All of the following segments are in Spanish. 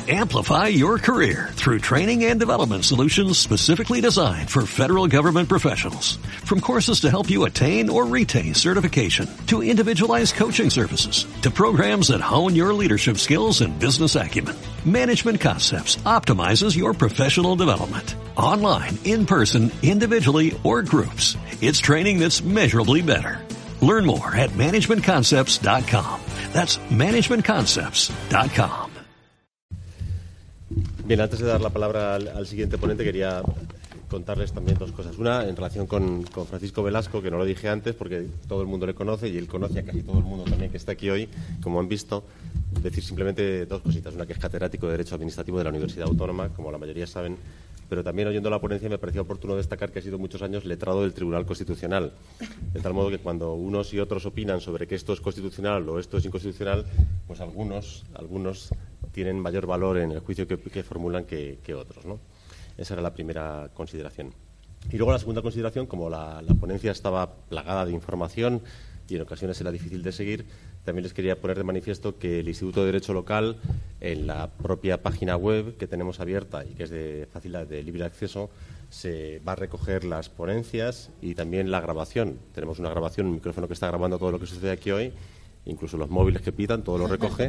Amplify your career through training and development solutions specifically designed for federal government professionals. From courses to help you attain or retain certification, to individualized coaching services, to programs that hone your leadership skills and business acumen, Management Concepts optimizes your professional development. Online, in person, individually, or groups, it's training that's measurably better. Learn more at managementconcepts.com. That's managementconcepts.com. Bien, antes de dar la palabra al siguiente ponente, quería contarles también dos cosas. Una, en relación con Francisco Velasco, que no lo dije antes porque todo el mundo le conoce y él conoce a casi todo el mundo también que está aquí hoy, como han visto. Decir simplemente dos cositas. Una, que es catedrático de Derecho Administrativo de la Universidad Autónoma, como la mayoría saben, pero también oyendo la ponencia me pareció oportuno destacar que ha sido muchos años letrado del Tribunal Constitucional. De tal modo que cuando unos y otros opinan sobre que esto es constitucional o esto es inconstitucional, pues algunos tienen mayor valor en el juicio que formulan que otros, ¿no? Esa era la primera consideración. Y luego la segunda consideración, como la ponencia estaba plagada de información y en ocasiones era difícil de seguir, también les quería poner de manifiesto que el Instituto de Derecho Local, en la propia página web que tenemos abierta y que es de libre acceso, se va a recoger las ponencias y también la grabación. Tenemos una grabación, un micrófono que está grabando todo lo que sucede aquí hoy, incluso los móviles que pitan, todo lo recoge.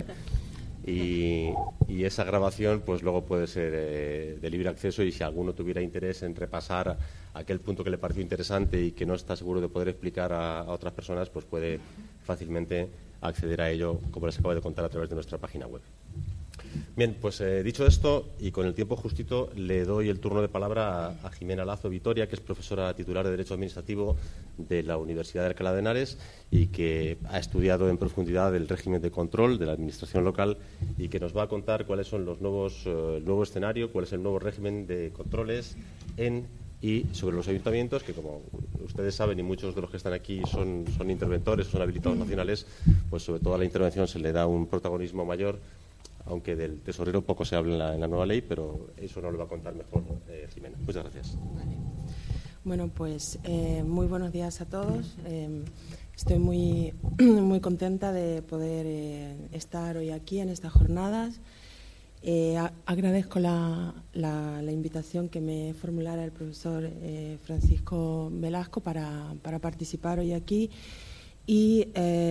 Y esa grabación pues luego puede ser de libre acceso, y si alguno tuviera interés en repasar aquel punto que le pareció interesante y que no está seguro de poder explicar a otras personas, pues puede fácilmente acceder a ello, como les acabo de contar, a través de nuestra página web. Bien, pues dicho esto, y con el tiempo justito, le doy el turno de palabra a Jimena Lazo Vitoria, que es profesora titular de Derecho Administrativo de la Universidad de Alcalá de Henares y que ha estudiado en profundidad el régimen de control de la Administración local y que nos va a contar cuáles son el nuevo escenario, cuál es el nuevo régimen de controles en y sobre los ayuntamientos, que como ustedes saben y muchos de los que están aquí son interventores, son habilitados nacionales, pues sobre todo a la intervención se le da un protagonismo mayor, aunque del tesorero poco se habla en la nueva ley, pero eso nos lo va a contar mejor Jimena. Muchas gracias. Vale. Bueno, pues muy buenos días a todos. Estoy muy contenta de poder estar hoy aquí en estas jornadas. Agradezco la invitación que me formulara el profesor Francisco Velasco para participar hoy aquí y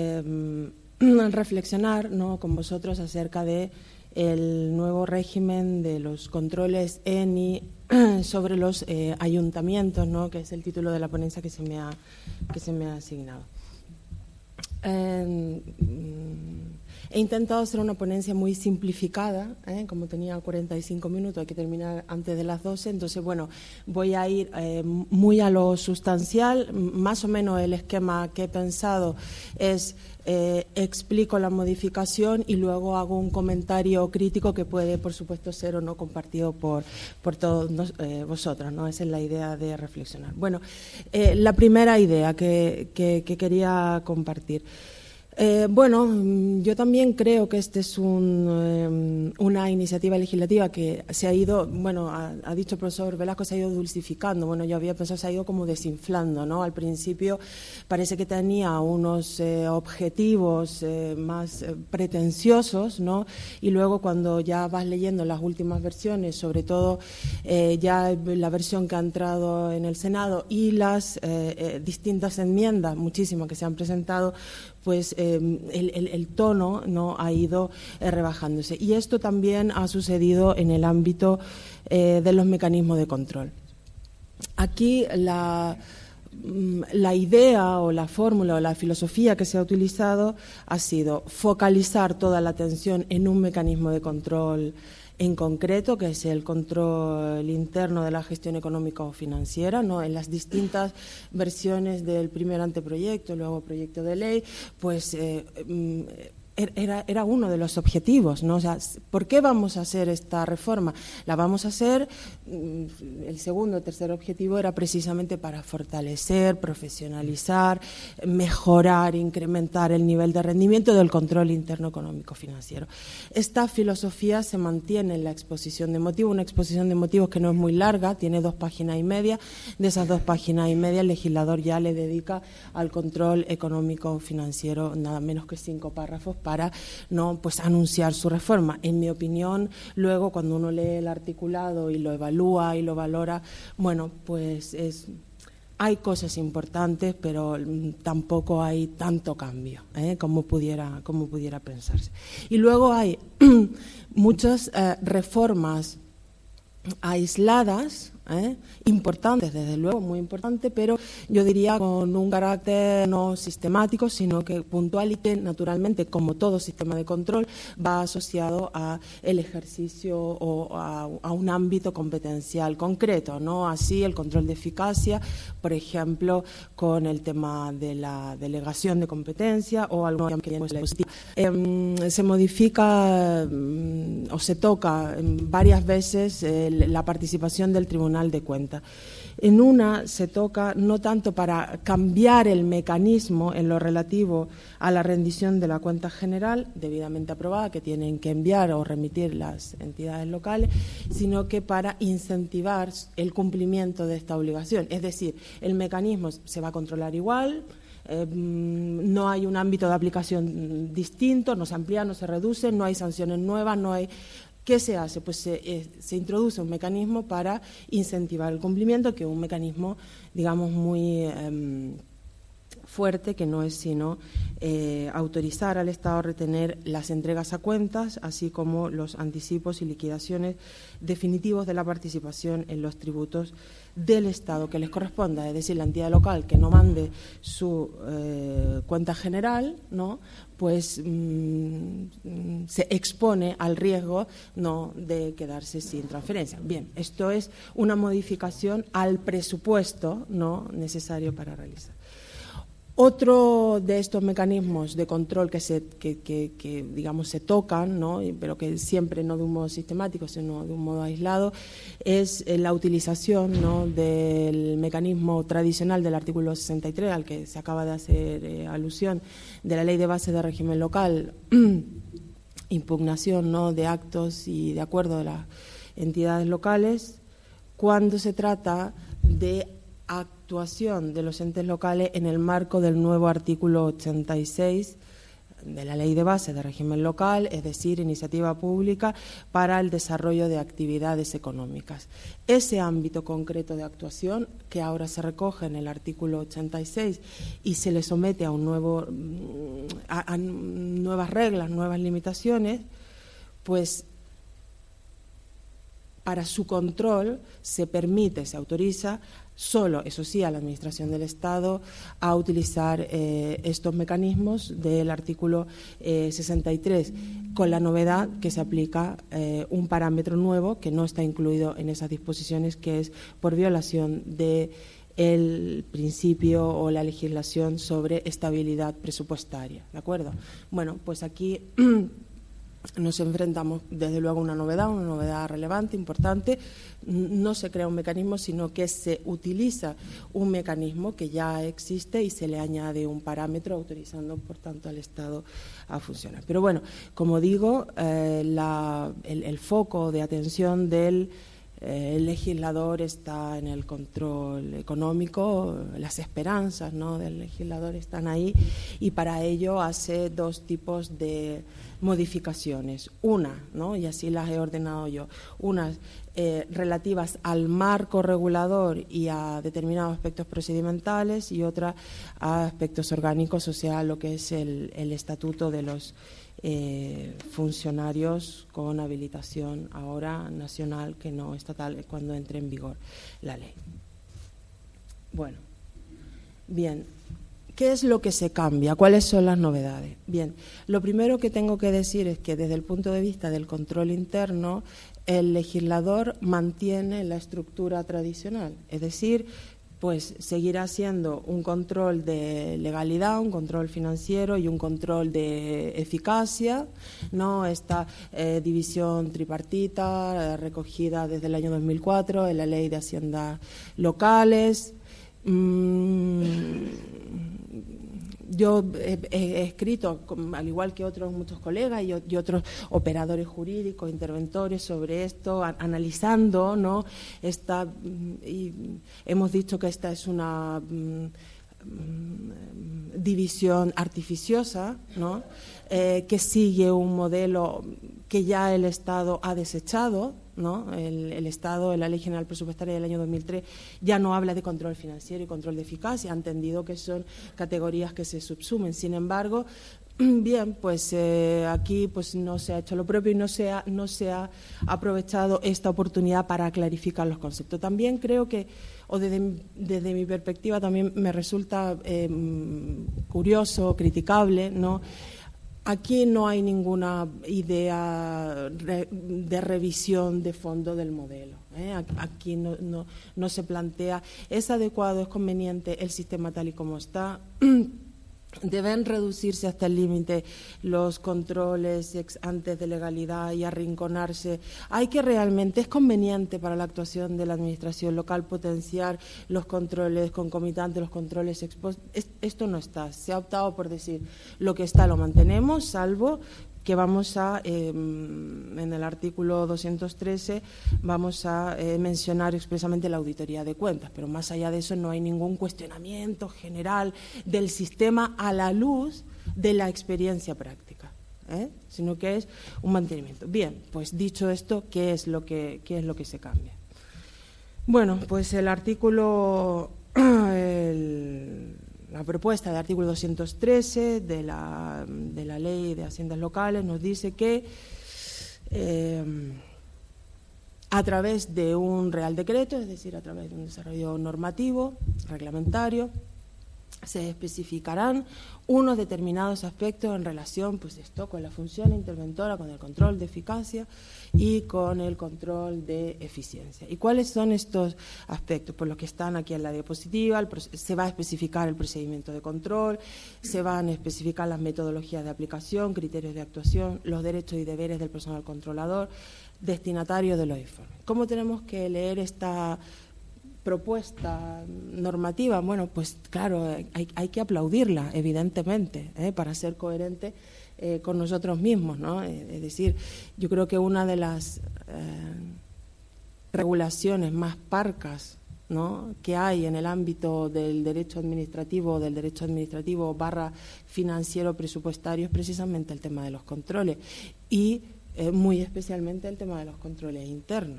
reflexionar, ¿no?, con vosotros acerca de el nuevo régimen de los controles en y sobre los ayuntamientos, ¿no?, que es el título de la ponencia que se me ha asignado. He intentado hacer una ponencia muy simplificada, como tenía 45 minutos, hay que terminar antes de las 12, entonces, bueno, voy a ir muy a lo sustancial. Más o menos el esquema que he pensado es explico la modificación y luego hago un comentario crítico que puede, por supuesto, ser o no compartido por todos vosotros, ¿no? Esa es la idea de reflexionar. Bueno, la primera idea que quería compartir. Bueno, yo también creo que este es una iniciativa legislativa que se ha ido, bueno, ha dicho el profesor Velasco, se ha ido dulcificando. Bueno, yo había pensado, se ha ido como desinflando, ¿no? Al principio parece que tenía unos objetivos más pretenciosos, ¿no? Y luego cuando ya vas leyendo las últimas versiones, sobre todo ya la versión que ha entrado en el Senado y las distintas enmiendas, muchísimas que se han presentado, pues el tono no ha ido rebajándose. Y esto también ha sucedido en el ámbito de los mecanismos de control. Aquí la idea o la fórmula o la filosofía que se ha utilizado ha sido focalizar toda la atención en un mecanismo de control en concreto, que es el control interno de la gestión económica o financiera, ¿no? En las distintas versiones del primer anteproyecto, luego proyecto de ley, pues era uno de los objetivos, ¿no? O sea, ¿por qué vamos a hacer esta reforma? La vamos a hacer, el segundo o tercer objetivo era precisamente para fortalecer, profesionalizar, mejorar, incrementar el nivel de rendimiento del control interno económico financiero. Esta filosofía se mantiene en la exposición de motivos, una exposición de motivos que no es muy larga, tiene 2 páginas y media. De esas 2 páginas y media el legislador ya le dedica al control económico financiero nada menos que 5 párrafos, para no pues anunciar su reforma. En mi opinión, luego cuando uno lee el articulado y lo evalúa y lo valora, bueno, pues hay cosas importantes, pero tampoco hay tanto cambio como pudiera pensarse. Y luego hay muchas reformas aisladas, importantes, desde luego, muy importantes, pero yo diría con un carácter no sistemático, sino que puntual y que, naturalmente, como todo sistema de control, va asociado a el ejercicio o a un ámbito competencial concreto, ¿no? Así, el control de eficacia, por ejemplo, con el tema de la delegación de competencia o algo que se modifica o se toca varias veces la participación del Tribunal de Cuentas. En una se toca no tanto para cambiar el mecanismo en lo relativo a la rendición de la cuenta general, debidamente aprobada, que tienen que enviar o remitir las entidades locales, sino que para incentivar el cumplimiento de esta obligación. Es decir, el mecanismo se va a controlar igual, no hay un ámbito de aplicación distinto, no se amplía, no se reduce, no hay sanciones nuevas, no hay... ¿Qué se hace? Pues se introduce un mecanismo para incentivar el cumplimiento, que es un mecanismo, digamos, muy fuerte, que no es sino autorizar al Estado a retener las entregas a cuentas, así como los anticipos y liquidaciones definitivos de la participación en los tributos del Estado que les corresponda, es decir, la entidad local que no mande su cuenta general, ¿no?, pues se expone al riesgo, ¿no?, de quedarse sin transferencia. Bien, esto es una modificación al presupuesto, ¿no?, necesario para realizar. Otro de estos mecanismos de control que digamos se tocan, ¿no?, pero que siempre no de un modo sistemático, sino de un modo aislado, es la utilización, ¿no?, del mecanismo tradicional del artículo 63, al que se acaba de hacer alusión, de la Ley de Base de Régimen Local, impugnación, ¿no?, de actos y de acuerdo de las entidades locales, cuando se trata de actuación de los entes locales en el marco del nuevo artículo 86 de la Ley de Base de Régimen Local, es decir, iniciativa pública para el desarrollo de actividades económicas. Ese ámbito concreto de actuación, que ahora se recoge en el artículo 86 y se le somete a un a nuevas reglas, nuevas limitaciones, pues para su control se permite, se autoriza solo, eso sí, a la Administración del Estado a utilizar estos mecanismos del artículo 63, con la novedad que se aplica un parámetro nuevo que no está incluido en esas disposiciones, que es por violación del principio o la legislación sobre estabilidad presupuestaria, ¿de acuerdo? Bueno, pues aquí nos enfrentamos desde luego a una novedad relevante, importante. No se crea un mecanismo, sino que se utiliza un mecanismo que ya existe y se le añade un parámetro, autorizando por tanto al Estado a funcionar. Pero bueno, como digo, el foco de atención del legislador está en el control económico, las esperanzas, ¿no?, del legislador están ahí, y para ello hace dos tipos de modificaciones. Una, ¿no?, y así las he ordenado yo, unas relativas al marco regulador y a determinados aspectos procedimentales, y otra a aspectos orgánicos, o sea, lo que es el estatuto de los funcionarios con habilitación ahora nacional, que no estatal, cuando entre en vigor la ley. Bueno, bien, ¿qué es lo que se cambia? ¿Cuáles son las novedades? Bien, lo primero que tengo que decir es que desde el punto de vista del control interno, el legislador mantiene la estructura tradicional, es decir, pues seguirá siendo un control de legalidad, un control financiero y un control de eficacia, ¿no? Esta división tripartita recogida desde el año 2004 en la Ley de Haciendas Locales. Yo he escrito, al igual que muchos colegas y otros operadores jurídicos, interventores, sobre esto, analizando, ¿no?, y hemos dicho que esta es una división artificiosa, ¿no? Que sigue un modelo que ya el Estado ha desechado, ¿no? El Estado, en la Ley General Presupuestaria del año 2003, ya no habla de control financiero y control de eficacia, ha entendido que son categorías que se subsumen. Sin embargo, bien, pues aquí pues no se ha hecho lo propio y no se ha aprovechado esta oportunidad para clarificar los conceptos. También creo que, o desde mi perspectiva, también me resulta curioso, criticable, ¿no? Aquí no hay ninguna idea de revisión de fondo del modelo. Aquí no se plantea, ¿es adecuado, es conveniente el sistema tal y como está? Deben reducirse hasta el límite los controles ex ante de legalidad y arrinconarse. Hay que realmente, es conveniente para la actuación de la administración local potenciar los controles concomitantes, los controles ex post. Esto no está. Se ha optado por decir lo que está lo mantenemos, salvo que vamos a, en el artículo 213, vamos a mencionar expresamente la auditoría de cuentas, pero más allá de eso no hay ningún cuestionamiento general del sistema a la luz de la experiencia práctica, sino que es un mantenimiento. Bien, pues dicho esto, ¿qué es lo que se cambia? Bueno, pues el artículo... La propuesta del artículo 213 de la Ley de Haciendas Locales nos dice que a través de un Real Decreto, es decir, a través de un desarrollo normativo, reglamentario, se especificarán unos determinados aspectos en relación, pues esto, con la función interventora, con el control de eficacia y con el control de eficiencia. ¿Y cuáles son estos aspectos? Pues los que están aquí en la diapositiva. Se va a especificar el procedimiento de control, se van a especificar las metodologías de aplicación, criterios de actuación, los derechos y deberes del personal controlador, destinatario de los informes. ¿Cómo tenemos que leer esta propuesta normativa? Bueno, pues claro, hay que aplaudirla, evidentemente, para ser coherente con nosotros mismos, ¿no? Es decir, yo creo que una de las regulaciones más parcas, ¿no?, que hay en el ámbito del derecho administrativo / financiero presupuestario es precisamente el tema de los controles y muy especialmente el tema de los controles internos.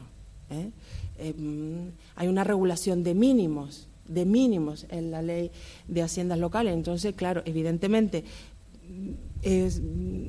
Hay una regulación de mínimos en la Ley de Haciendas Locales. Entonces, claro, evidentemente es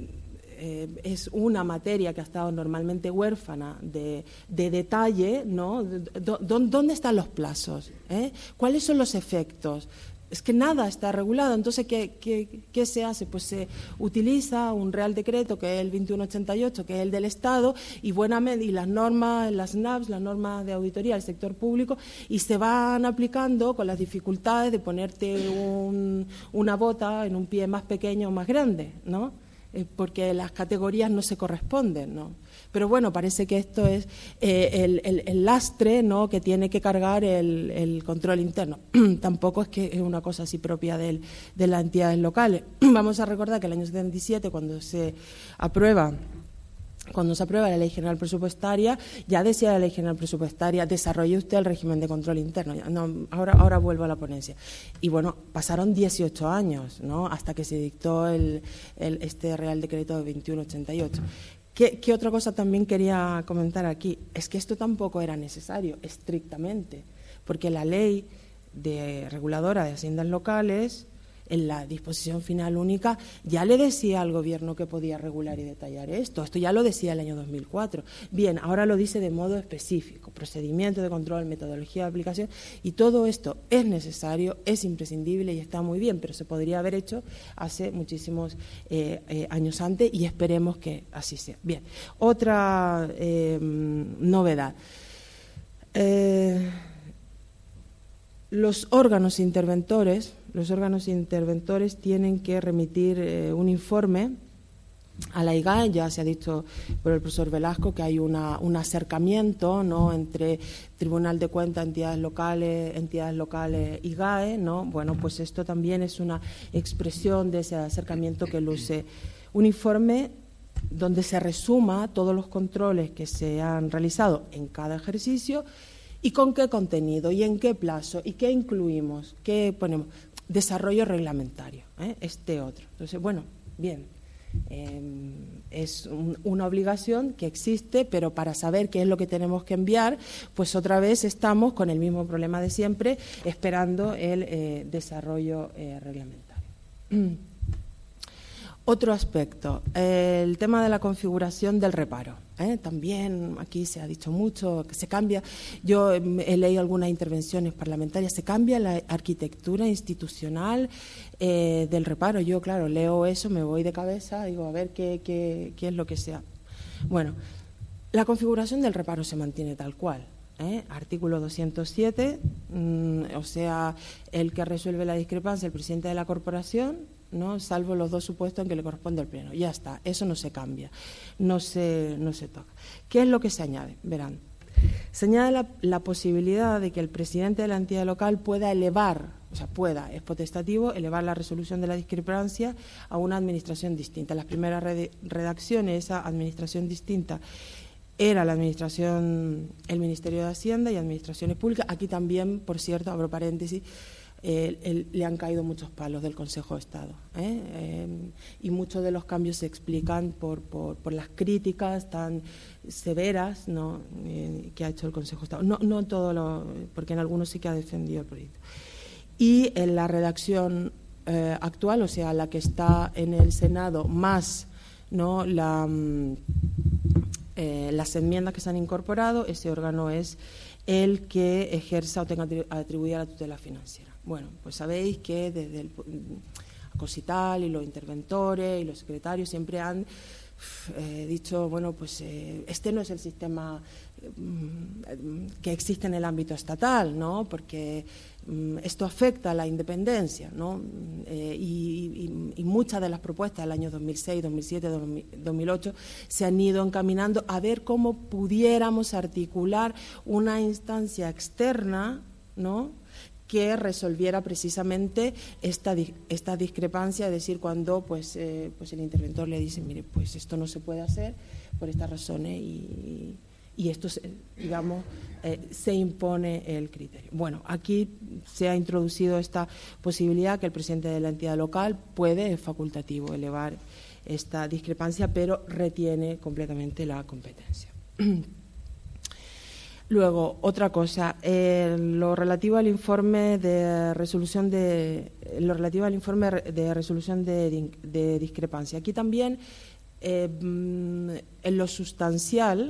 una materia que ha estado normalmente huérfana de detalle, ¿no? ¿Dónde están los plazos? ¿Cuáles son los efectos? Es que nada está regulado. Entonces, ¿qué se hace? Pues se utiliza un Real Decreto, que es el 2188, que es el del Estado, y las normas, las NAPs, las normas de auditoría del sector público, y se van aplicando con las dificultades de ponerte una bota en un pie más pequeño o más grande, ¿no? Porque las categorías no se corresponden, ¿no? Pero bueno, parece que esto es el lastre, ¿no?, que tiene que cargar el control interno. Tampoco es que es una cosa así propia de las entidades locales. Vamos a recordar que el año 77, cuando se aprueba la Ley General Presupuestaria, ya decía la Ley General Presupuestaria, desarrolle usted el régimen de control interno. No, ahora vuelvo a la ponencia. Y bueno, pasaron 18 años, ¿no?, hasta que se dictó este Real Decreto de 2188. ¿Qué otra cosa también quería comentar aquí? Es que esto tampoco era necesario, estrictamente, porque la Ley reguladora de Haciendas Locales, en la disposición final única, ya le decía al Gobierno que podía regular y detallar esto. Esto ya lo decía el año 2004. Bien, ahora lo dice de modo específico, procedimiento de control, metodología de aplicación, y todo esto es necesario, es imprescindible y está muy bien, pero se podría haber hecho hace muchísimos años antes, y esperemos que así sea. Bien, otra novedad. Los órganos interventores tienen que remitir un informe a la IGAE. Ya se ha dicho por el profesor Velasco que hay un acercamiento, ¿no?, entre Tribunal de Cuentas, entidades locales IGAE, ¿no? Bueno, pues esto también es una expresión de ese acercamiento que luce un informe donde se resuma todos los controles que se han realizado en cada ejercicio y con qué contenido y en qué plazo y qué incluimos, qué ponemos. desarrollo reglamentario, este otro. Entonces, bueno, bien, es una obligación que existe, pero para saber qué es lo que tenemos que enviar, pues otra vez estamos con el mismo problema de siempre, esperando el desarrollo reglamentario. Otro aspecto, el tema de la configuración del reparo. También aquí se ha dicho mucho que se cambia. Yo he leído algunas intervenciones parlamentarias. Se cambia la arquitectura institucional del reparo. Yo, claro, leo eso, me voy de cabeza, digo, a ver qué es lo que sea. Bueno, la configuración del reparo se mantiene tal cual. Artículo 207, o sea, el que resuelve la discrepancia, el presidente de la corporación, ¿no? Salvo los dos supuestos en que le corresponde al Pleno. Ya está, eso no se cambia, no se toca. ¿Qué es lo que se añade? Verán, se añade la posibilidad de que el presidente de la entidad local pueda elevar, o sea, es potestativo elevar la resolución de la discrepancia a una administración distinta. Las primeras redacciones, esa administración distinta era la administración, el Ministerio de Hacienda y Administraciones Públicas. Aquí también, por cierto, abro paréntesis, le han caído muchos palos del Consejo de Estado, y muchos de los cambios se explican por las críticas tan severas, ¿no? Que ha hecho el Consejo de Estado. No todo porque en algunos sí que ha defendido el proyecto. Y en la redacción actual, o sea, la que está en el Senado, más, ¿no?, las enmiendas que se han incorporado, ese órgano es el que ejerza o tenga atribuida la tutela financiera. Bueno, pues sabéis que desde el Cosital y los interventores y los secretarios siempre han dicho, bueno, pues este no es el sistema que existe en el ámbito estatal, ¿no? Porque esto afecta a la independencia, ¿no? Y muchas de las propuestas del año 2006, 2007, 2008 se han ido encaminando a ver cómo pudiéramos articular una instancia externa, ¿no?, que resolviera precisamente esta discrepancia, es decir, cuando pues el interventor le dice, mire, pues esto no se puede hacer por estas razones y esto, digamos, se impone el criterio. Bueno, aquí se ha introducido esta posibilidad que el presidente de la entidad local puede, es facultativo, elevar esta discrepancia, pero retiene completamente la competencia. Luego, otra cosa, lo relativo al informe de resolución de discrepancia. Aquí también, en lo sustancial,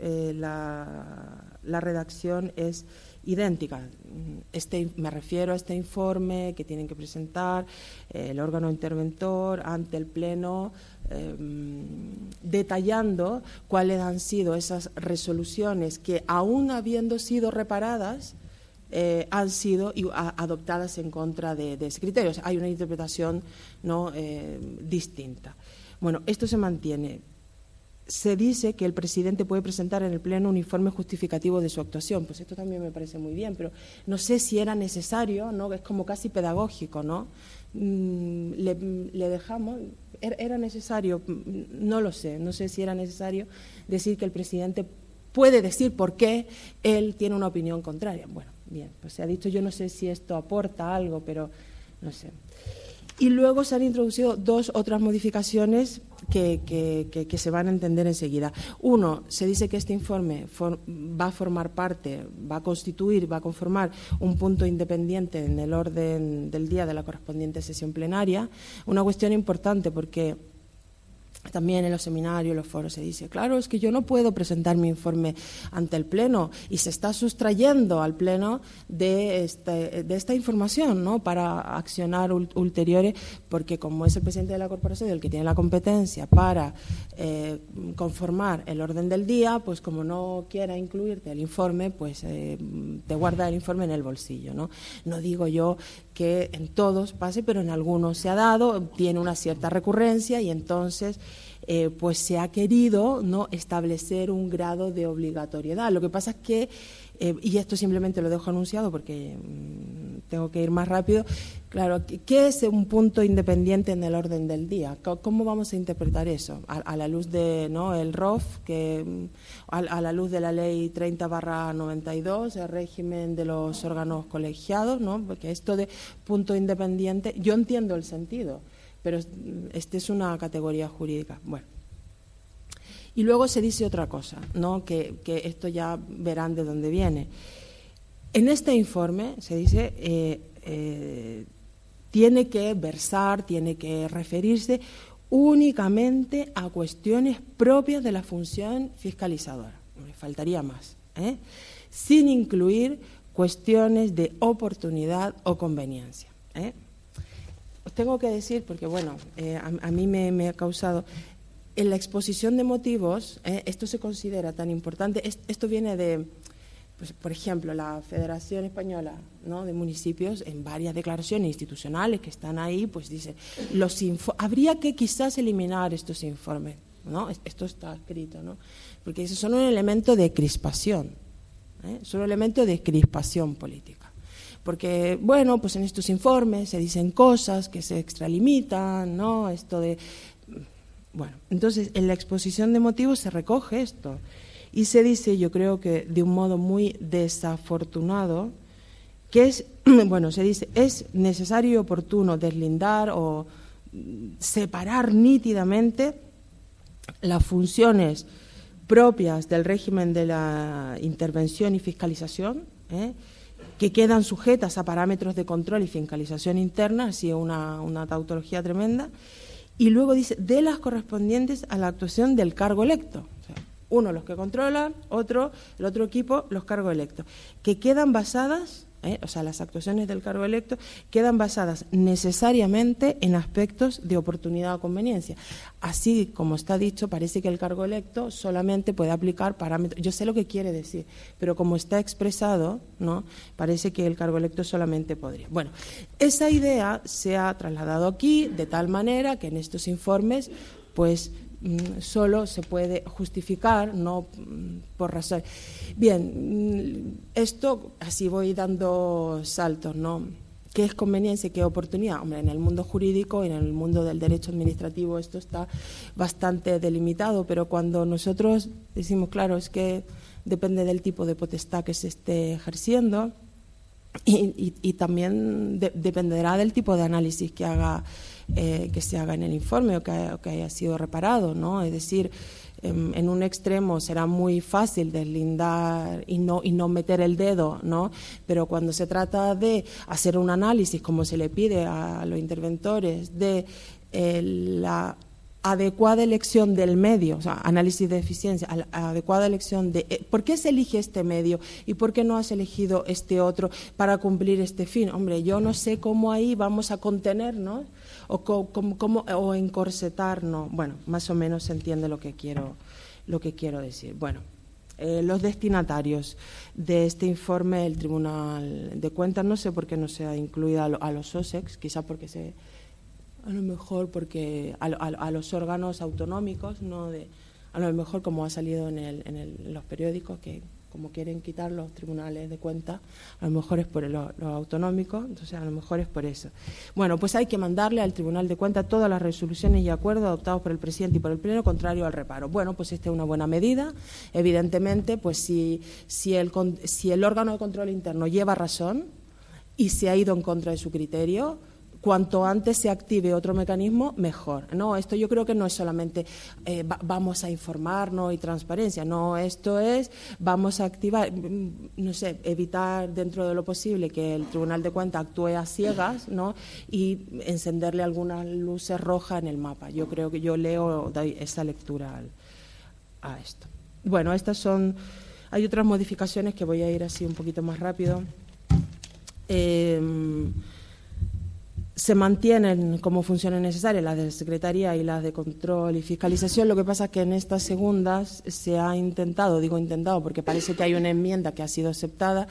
la redacción es idéntica. Me refiero a este informe que tienen que presentar el órgano interventor ante el Pleno, detallando cuáles han sido esas resoluciones que, aún habiendo sido reparadas, han sido adoptadas en contra de ese criterio. O sea, hay una interpretación, ¿no?, distinta. Bueno, esto se mantiene. Se dice que el presidente puede presentar en el Pleno un informe justificativo de su actuación. Pues esto también me parece muy bien, pero no sé si era necesario, ¿no? Es como casi pedagógico, ¿no? Le dejamos. ¿Era necesario? No lo sé. No sé si era necesario decir que el presidente puede decir por qué él tiene una opinión contraria. Bueno, bien, pues se ha dicho. Yo no sé si esto aporta algo, pero no sé. Y luego se han introducido dos otras modificaciones que se van a entender enseguida. Uno, se dice que este informe va a formar parte, va a conformar un punto independiente en el orden del día de la correspondiente sesión plenaria. Una cuestión importante porque también en los seminarios, en los foros se dice, claro, es que yo no puedo presentar mi informe ante el Pleno, y se está sustrayendo al Pleno de esta información, ¿no?, para accionar ulteriores, porque como es el presidente de la corporación el que tiene la competencia para conformar el orden del día, pues como no quiera incluirte el informe, pues te guarda el informe en el bolsillo, ¿no? No digo yo que en todos pase, pero en algunos se ha dado, tiene una cierta recurrencia y entonces pues se ha querido, ¿no?, establecer un grado de obligatoriedad. Lo que pasa es que, y esto simplemente lo dejo anunciado porque tengo que ir más rápido. Claro, ¿qué es un punto independiente en el orden del día? ¿Cómo vamos a interpretar eso? A la luz de, ¿no?, el ROF, a la luz de la ley 30/92, el régimen de los órganos colegiados, ¿no? Porque esto de punto independiente, yo entiendo el sentido, pero este es una categoría jurídica. Bueno. Y luego se dice otra cosa, ¿no?, que esto ya verán de dónde viene. En este informe se dice tiene que versar, tiene que referirse únicamente a cuestiones propias de la función fiscalizadora. Me faltaría más, sin incluir cuestiones de oportunidad o conveniencia. Os tengo que decir, porque bueno, a mí me ha causado... En la exposición de motivos, esto se considera tan importante, esto viene de... Pues, por ejemplo, la Federación Española, ¿no?, de Municipios, en varias declaraciones institucionales que están ahí, pues dice, habría que quizás eliminar estos informes, ¿no? Esto está escrito, ¿no? Porque esos son un elemento de crispación, son un elemento de crispación política. Porque, bueno, pues en estos informes se dicen cosas que se extralimitan, ¿no? Esto de... Bueno, entonces en la exposición de motivos se recoge esto. Y se dice, yo creo que de un modo muy desafortunado, que es, bueno, se dice, es necesario y oportuno deslindar o separar nítidamente las funciones propias del régimen de la intervención y fiscalización, que quedan sujetas a parámetros de control y fiscalización interna, así una tautología tremenda, y luego dice, de las correspondientes a la actuación del cargo electo. O sea, uno los que controlan, el otro equipo los cargos electos, que quedan basadas, o sea, las actuaciones del cargo electo quedan basadas necesariamente en aspectos de oportunidad o conveniencia. Así como está dicho, parece que el cargo electo solamente puede aplicar parámetros. Yo sé lo que quiere decir, pero como está expresado, ¿no?, parece que el cargo electo solamente podría. Bueno, esa idea se ha trasladado aquí de tal manera que en estos informes, pues, solo se puede justificar, no por razón. Bien, esto así voy dando saltos, ¿no? ¿Qué es conveniencia y qué oportunidad? Hombre, en el mundo jurídico y en el mundo del derecho administrativo esto está bastante delimitado, pero cuando nosotros decimos, claro, es que depende del tipo de potestad que se esté ejerciendo y también dependerá del tipo de análisis que se haga en el informe o que haya sido reparado, ¿no? Es decir, en un extremo será muy fácil deslindar y no meter el dedo, ¿no? Pero cuando se trata de hacer un análisis, como se le pide a los interventores, de la adecuada elección del medio, o sea, análisis de eficiencia, adecuada elección de por qué se elige este medio y por qué no has elegido este otro para cumplir este fin. Hombre, yo no sé cómo ahí vamos a contenernos o encorsetarnos. Bueno, más o menos se entiende lo que quiero decir. Bueno, los destinatarios de este informe, el Tribunal de Cuentas, no sé por qué no se ha incluido a los OSEX, quizá porque a lo mejor porque a los órganos autonómicos, ¿no? A lo mejor como ha salido en los periódicos, que como quieren quitar los tribunales de cuentas, a lo mejor es por los autonómicos, entonces a lo mejor es por eso. Bueno, pues hay que mandarle al Tribunal de Cuentas todas las resoluciones y acuerdos adoptados por el presidente y por el Pleno contrario al reparo. Bueno, pues esta es una buena medida. Evidentemente, pues si el órgano de control interno lleva razón y se ha ido en contra de su criterio, cuanto antes se active otro mecanismo, mejor. No, esto yo creo que no es solamente vamos a informarnos y transparencia, no, esto es vamos a activar, no sé, evitar dentro de lo posible que el Tribunal de Cuentas actúe a ciegas, ¿no? Y encenderle algunas luces rojas en el mapa. Yo creo que yo doy esa lectura a esto. Bueno, hay otras modificaciones que voy a ir así un poquito más rápido. Se mantienen como funciones necesarias las de Secretaría y las de Control y Fiscalización. Lo que pasa es que en estas segundas se ha intentado, digo intentado porque parece que hay una enmienda que ha sido aceptada,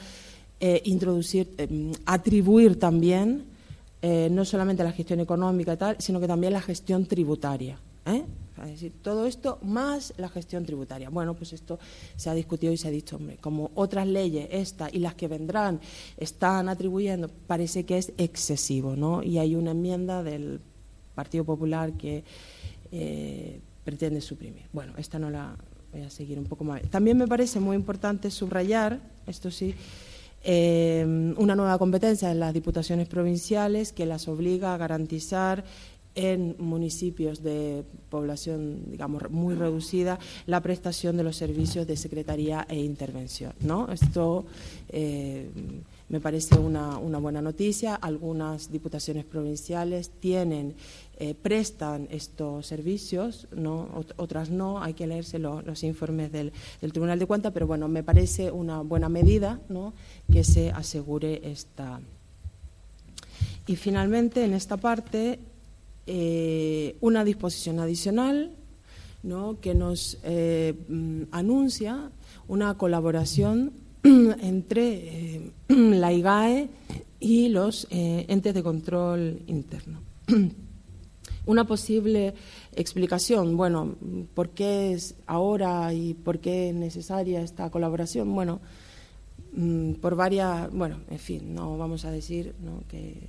atribuir también no solamente la gestión económica y tal, sino que también la gestión tributaria. Es decir, todo esto más la gestión tributaria. Bueno, pues esto se ha discutido y se ha dicho, hombre, como otras leyes, esta y las que vendrán, están atribuyendo, parece que es excesivo, ¿no? Y hay una enmienda del Partido Popular que pretende suprimir. Bueno, esta no la voy a seguir un poco más. También me parece muy importante subrayar, esto sí, una nueva competencia en las diputaciones provinciales que las obliga a garantizar en municipios de población, digamos, muy reducida, la prestación de los servicios de secretaría e intervención, ¿no? Esto me parece una buena noticia. Algunas diputaciones provinciales prestan estos servicios, ¿no? Otras no, hay que leerse los informes del Tribunal de Cuentas, pero bueno, me parece una buena medida, ¿no?, que se asegure esta. Y finalmente, en esta parte, una disposición adicional, ¿no?, que nos anuncia una colaboración entre la IGAE y los entes de control interno. Una posible explicación, bueno, ¿por qué es ahora y por qué es necesaria esta colaboración? Bueno, por varias, bueno, en fin, no vamos a decir, ¿no?, que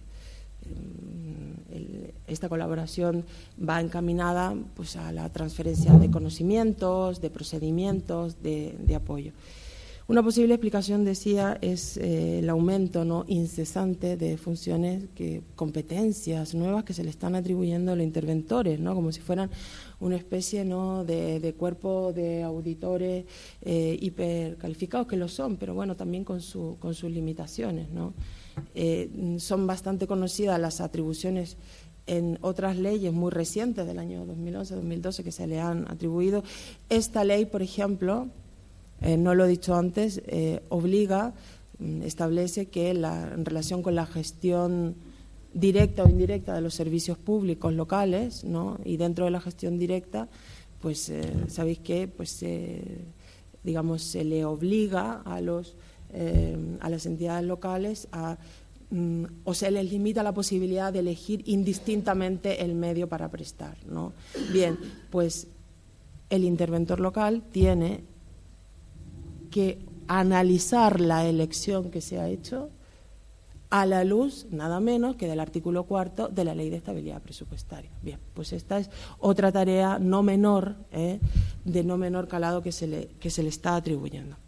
esta colaboración va encaminada, pues, a la transferencia de conocimientos, de procedimientos, de apoyo. Una posible explicación, decía, es el aumento, ¿no?, incesante de funciones, competencias nuevas que se le están atribuyendo a los interventores, ¿no?, como si fueran una especie, ¿no?, de cuerpo de auditores hipercalificados, que lo son, pero bueno, también con sus limitaciones, ¿no? Son bastante conocidas las atribuciones en otras leyes muy recientes del año 2011-2012 que se le han atribuido. Esta ley, por ejemplo, no lo he dicho antes, establece que en relación con la gestión directa o indirecta de los servicios públicos locales, ¿no?, y dentro de la gestión directa, pues sabéis que, pues, digamos, se le obliga a las entidades locales o se les limita la posibilidad de elegir indistintamente el medio para prestar, ¿no? Bien, pues el interventor local tiene que analizar la elección que se ha hecho a la luz, nada menos que del artículo 4 de la Ley de Estabilidad Presupuestaria. Bien, pues esta es otra tarea no menor, de no menor calado que se le está atribuyendo.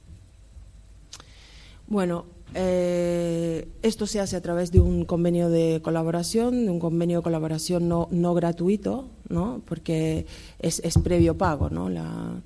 Bueno, esto se hace a través de un convenio de colaboración, no gratuito, ¿no?, porque es previo pago, ¿no? La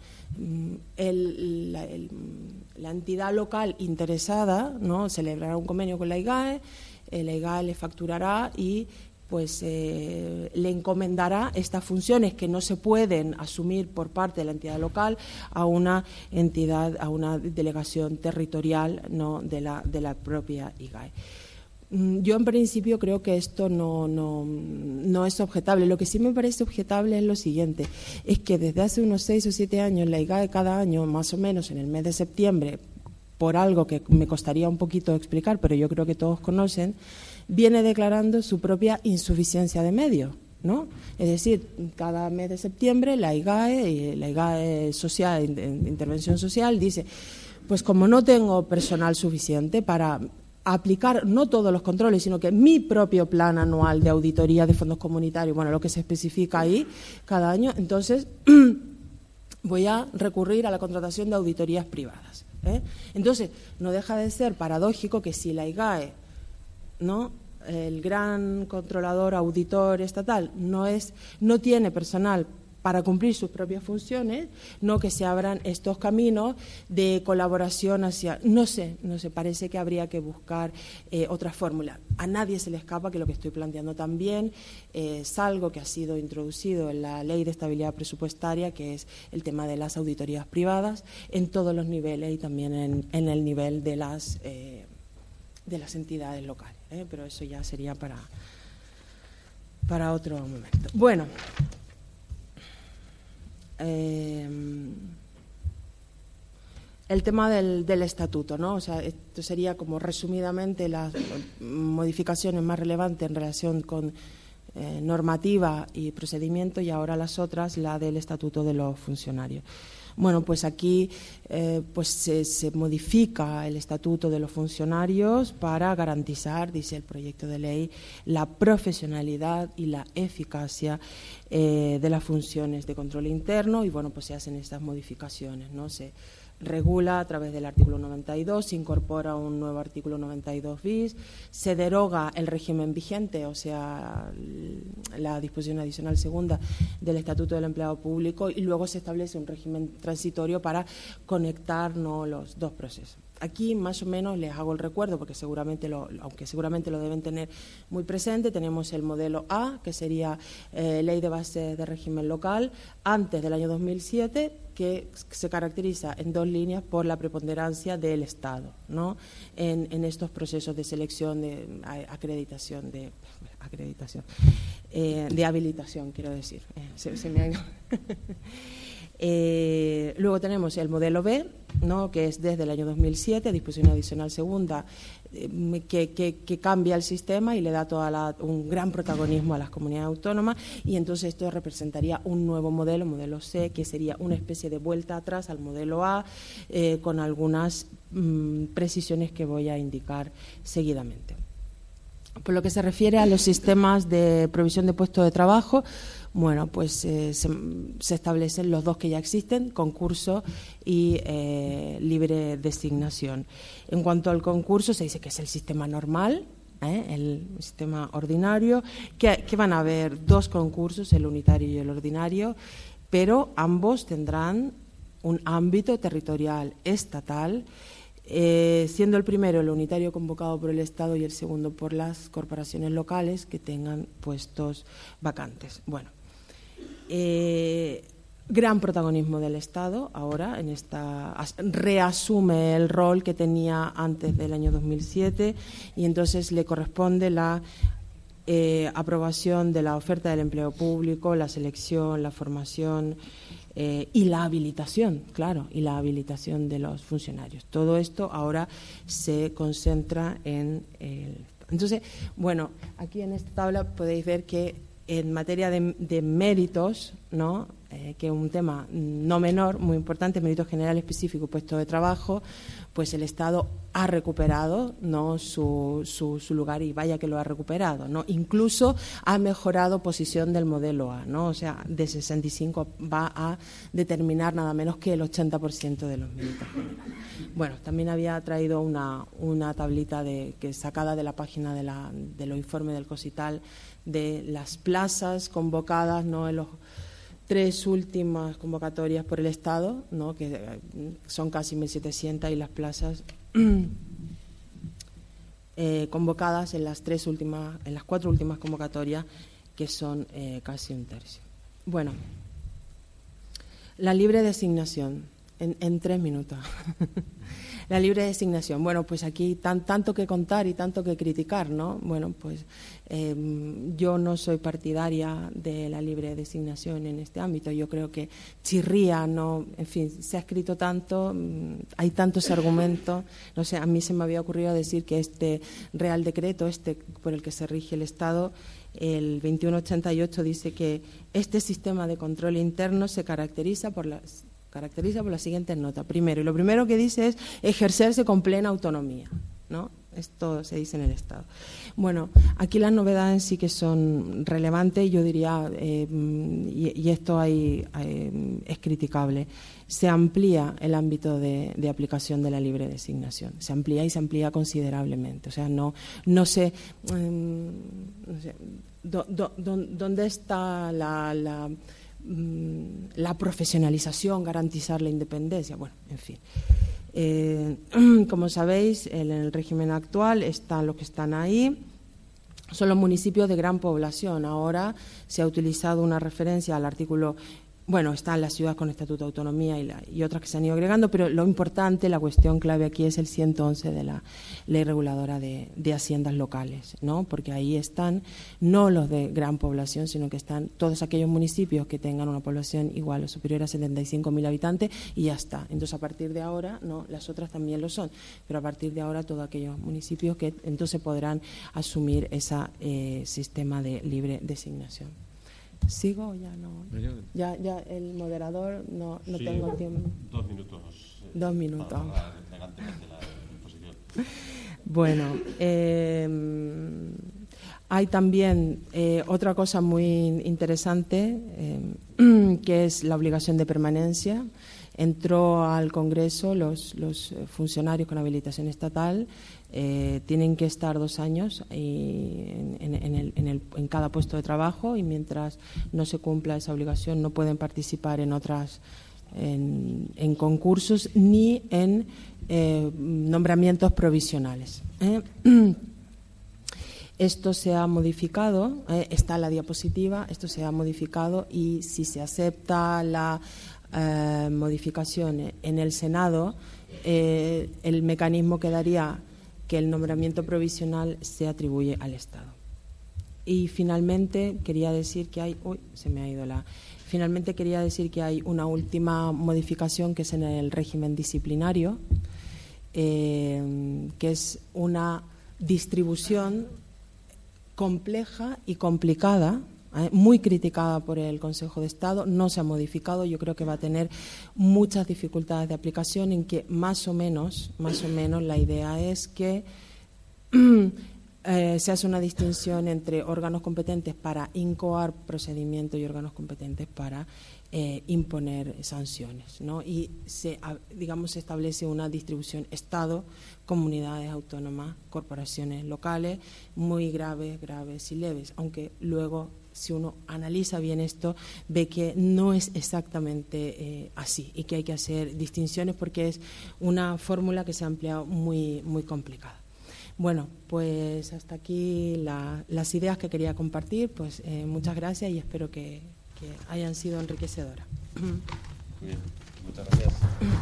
entidad local interesada, ¿no?, celebrará un convenio con la IGAE le facturará y pues le encomendará estas funciones que no se pueden asumir por parte de la entidad local a una entidad, a una delegación territorial, ¿no?, de la propia IGAE. Yo en principio creo que esto no es objetable. Lo que sí me parece objetable es lo siguiente, es que desde hace unos 6 o 7 años la IGAE cada año, más o menos en el mes de septiembre, por algo que me costaría un poquito explicar, pero yo creo que todos conocen, viene declarando su propia insuficiencia de medios, ¿no? Es decir, cada mes de septiembre la IGAE social, intervención social, dice, pues como no tengo personal suficiente para aplicar no todos los controles, sino que mi propio plan anual de auditoría de fondos comunitarios, bueno, lo que se especifica ahí cada año, entonces voy a recurrir a la contratación de auditorías privadas. Entonces, no deja de ser paradójico que si la IGAE, ¿no?, el gran controlador auditor estatal, no tiene personal para cumplir sus propias funciones, no que se abran estos caminos de colaboración hacia, no sé, parece que habría que buscar otra fórmula. A nadie se le escapa que lo que estoy planteando también es algo que ha sido introducido en la Ley de Estabilidad Presupuestaria, que es el tema de las auditorías privadas en todos los niveles y también en el nivel de las entidades locales, pero eso ya sería para otro momento. Bueno, el tema del estatuto, ¿no? O sea, esto sería como resumidamente las modificaciones más relevantes en relación con normativa y procedimiento, y ahora las otras, la del Estatuto de los Funcionarios. Bueno, pues aquí pues se modifica el Estatuto de los Funcionarios para garantizar, dice el proyecto de ley, la profesionalidad y la eficacia de las funciones de control interno, y bueno, pues se hacen estas modificaciones, ¿no? Se regula a través del artículo 92, se incorpora un nuevo artículo 92 bis, se deroga el régimen vigente, o sea, la disposición adicional segunda del Estatuto del Empleado Público, y luego se establece un régimen transitorio para conectar, ¿no?, los dos procesos. Aquí más o menos les hago el recuerdo, porque aunque seguramente lo deben tener muy presente, tenemos el modelo A, que sería Ley de Bases de Régimen Local, antes del año 2007, que se caracteriza en dos líneas por la preponderancia del Estado, ¿no?, en estos procesos de selección, de de habilitación, quiero decir. Se me ha ido. Luego tenemos el modelo B, ¿no?, que es desde el año 2007, disposición adicional segunda, que cambia el sistema y le da un gran protagonismo a las comunidades autónomas, y entonces esto representaría un nuevo modelo, modelo C, que sería una especie de vuelta atrás al modelo A, con algunas precisiones que voy a indicar seguidamente. Por lo que se refiere a los sistemas de provisión de puestos de trabajo, bueno, pues se establecen los dos que ya existen, concurso y libre designación. En cuanto al concurso, se dice que es el sistema normal, el sistema ordinario, que van a haber dos concursos, el unitario y el ordinario, pero ambos tendrán un ámbito territorial estatal, siendo el primero, el unitario, convocado por el Estado, y el segundo por las corporaciones locales que tengan puestos vacantes. Bueno, gran protagonismo del Estado ahora en reasume el rol que tenía antes del año 2007, y entonces le corresponde la aprobación de la oferta del empleo público, la selección, la formación y la habilitación, claro, y la habilitación de los funcionarios. Todo esto ahora se concentra en el... Entonces, bueno, aquí en esta tabla podéis ver que en materia de méritos, ¿no?, que es un tema no menor, muy importante, mérito general específico, puesto de trabajo, pues el Estado ha recuperado, ¿no?, su lugar, y vaya que lo ha recuperado, ¿no? Incluso ha mejorado posición del modelo A, ¿no? O sea, de 65 va a determinar nada menos que el 80% de los méritos generales. Bueno, también había traído una tablita sacada de la página de los informes del COSITAL, de las plazas convocadas, ¿no?, en los 3 últimas convocatorias por el Estado, ¿no?, que son casi 1.700, y las plazas convocadas en las 4 últimas convocatorias, que son casi un tercio. Bueno, la libre designación, en 3 minutos. La libre designación. Bueno, pues aquí tanto que contar y tanto que criticar, ¿no? Bueno, pues yo no soy partidaria de la libre designación en este ámbito. Yo creo que chirría, ¿no? En fin, se ha escrito tanto, hay tantos argumentos. No sé, a mí se me había ocurrido decir que este Real Decreto, por el que se rige el Estado, el 2188, dice que este sistema de control interno se caracteriza por las siguientes notas. Primero, y lo primero que dice es ejercerse con plena autonomía, ¿no? Esto se dice en el Estado. Bueno, aquí las novedades sí que son relevantes, yo diría, y esto es criticable. Se amplía el ámbito de aplicación de la libre designación. Se amplía, y se amplía considerablemente. O sea, no sé dónde está la profesionalización, garantizar la independencia. Bueno, en fin. Como sabéis, en el régimen actual están los que están ahí. Son los municipios de gran población. Ahora se ha utilizado una referencia al artículo bueno, están las ciudades con estatuto de autonomía y otras que se han ido agregando, pero lo importante, la cuestión clave aquí es el 111 de la Ley Reguladora de Haciendas Locales, ¿no? Porque ahí están no los de gran población, sino que están todos aquellos municipios que tengan una población igual o superior a 75.000 habitantes y ya está. Entonces, a partir de ahora, no, las otras también lo son, pero a partir de ahora todos aquellos municipios que entonces podrán asumir ese sistema de libre designación. ¿Sigo o ya no? Ya el moderador no sí, tengo tiempo. 2 minutos. 2 minutos. Para elegantemente la exposición. Bueno, hay también otra cosa muy interesante que es la obligación de permanencia. Entró al Congreso los funcionarios con habilitación estatal. Tienen que estar 2 años en cada puesto de trabajo y mientras no se cumpla esa obligación no pueden participar en concursos ni en nombramientos provisionales. Esto se ha modificado, está la diapositiva, esto se ha modificado y si se acepta la modificación en el Senado, el mecanismo quedaría que el nombramiento provisional se atribuye al Estado. Y finalmente quería decir que hay una última modificación que es en el régimen disciplinario, que es una distribución compleja y complicada, muy criticada por el Consejo de Estado, no se ha modificado, yo creo que va a tener muchas dificultades de aplicación en que más o menos la idea es que se hace una distinción entre órganos competentes para incoar procedimiento y órganos competentes para imponer sanciones, ¿no? Y se establece una distribución Estado, comunidades autónomas, corporaciones locales, muy graves y leves, aunque luego si uno analiza bien esto, ve que no es exactamente así y que hay que hacer distinciones porque es una fórmula que se ha empleado muy, muy complicada. Bueno, pues hasta aquí las ideas que quería compartir. Pues muchas gracias y espero que hayan sido enriquecedoras. Muy bien, muchas gracias.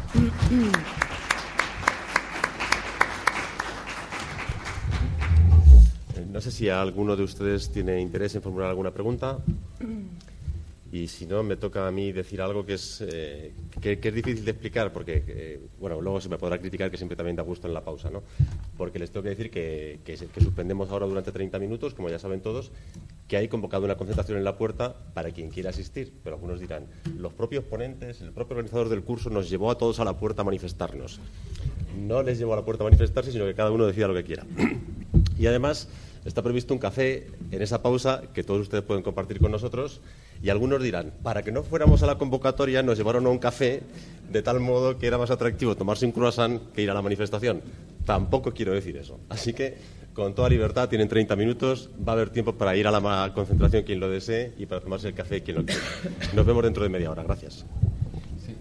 No sé si alguno de ustedes tiene interés en formular alguna pregunta y si no, me toca a mí decir algo que es difícil de explicar porque, luego se me podrá criticar que siempre también da gusto en la pausa, ¿no? Porque les tengo que decir que suspendemos ahora durante 30 minutos, como ya saben todos, que hay convocado una concentración en la puerta para quien quiera asistir, pero algunos dirán, los propios ponentes, el propio organizador del curso nos llevó a todos a la puerta a manifestarnos. No les llevó a la puerta a manifestarse, sino que cada uno decida lo que quiera. Y además está previsto un café en esa pausa que todos ustedes pueden compartir con nosotros y algunos dirán, para que no fuéramos a la convocatoria nos llevaron a un café de tal modo que era más atractivo tomarse un croissant que ir a la manifestación. Tampoco quiero decir eso. Así que con toda libertad tienen 30 minutos, va a haber tiempo para ir a la concentración quien lo desee y para tomarse el café quien lo quiera. Nos vemos dentro de media hora. Gracias. Sí.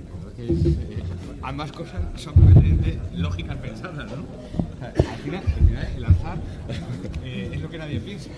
Ambas cosas son completamente lógicas pensadas, ¿no? Al final el azar es lo que nadie piensa.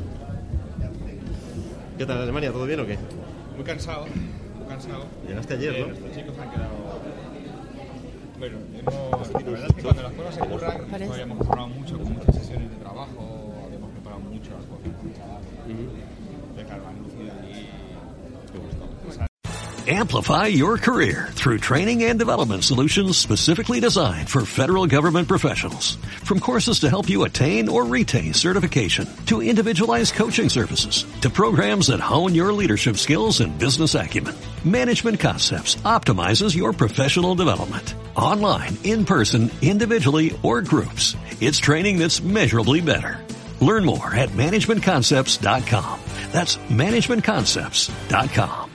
¿Qué tal, Alemania? ¿Todo bien o qué? Muy cansado. Llegaste ayer, ¿no? Nuestros chicos han quedado... Bueno, la verdad es que cuando las cosas se curran, habíamos currado mucho con muchas sesiones de trabajo, habíamos preparado mucho las cosas con de claro, han lucido allí. Me gustó. Amplify your career through training and development solutions specifically designed for federal government professionals. From courses to help you attain or retain certification, to individualized coaching services, to programs that hone your leadership skills and business acumen, Management Concepts optimizes your professional development. Online, in person, individually, or groups, it's training that's measurably better. Learn more at managementconcepts.com. That's managementconcepts.com.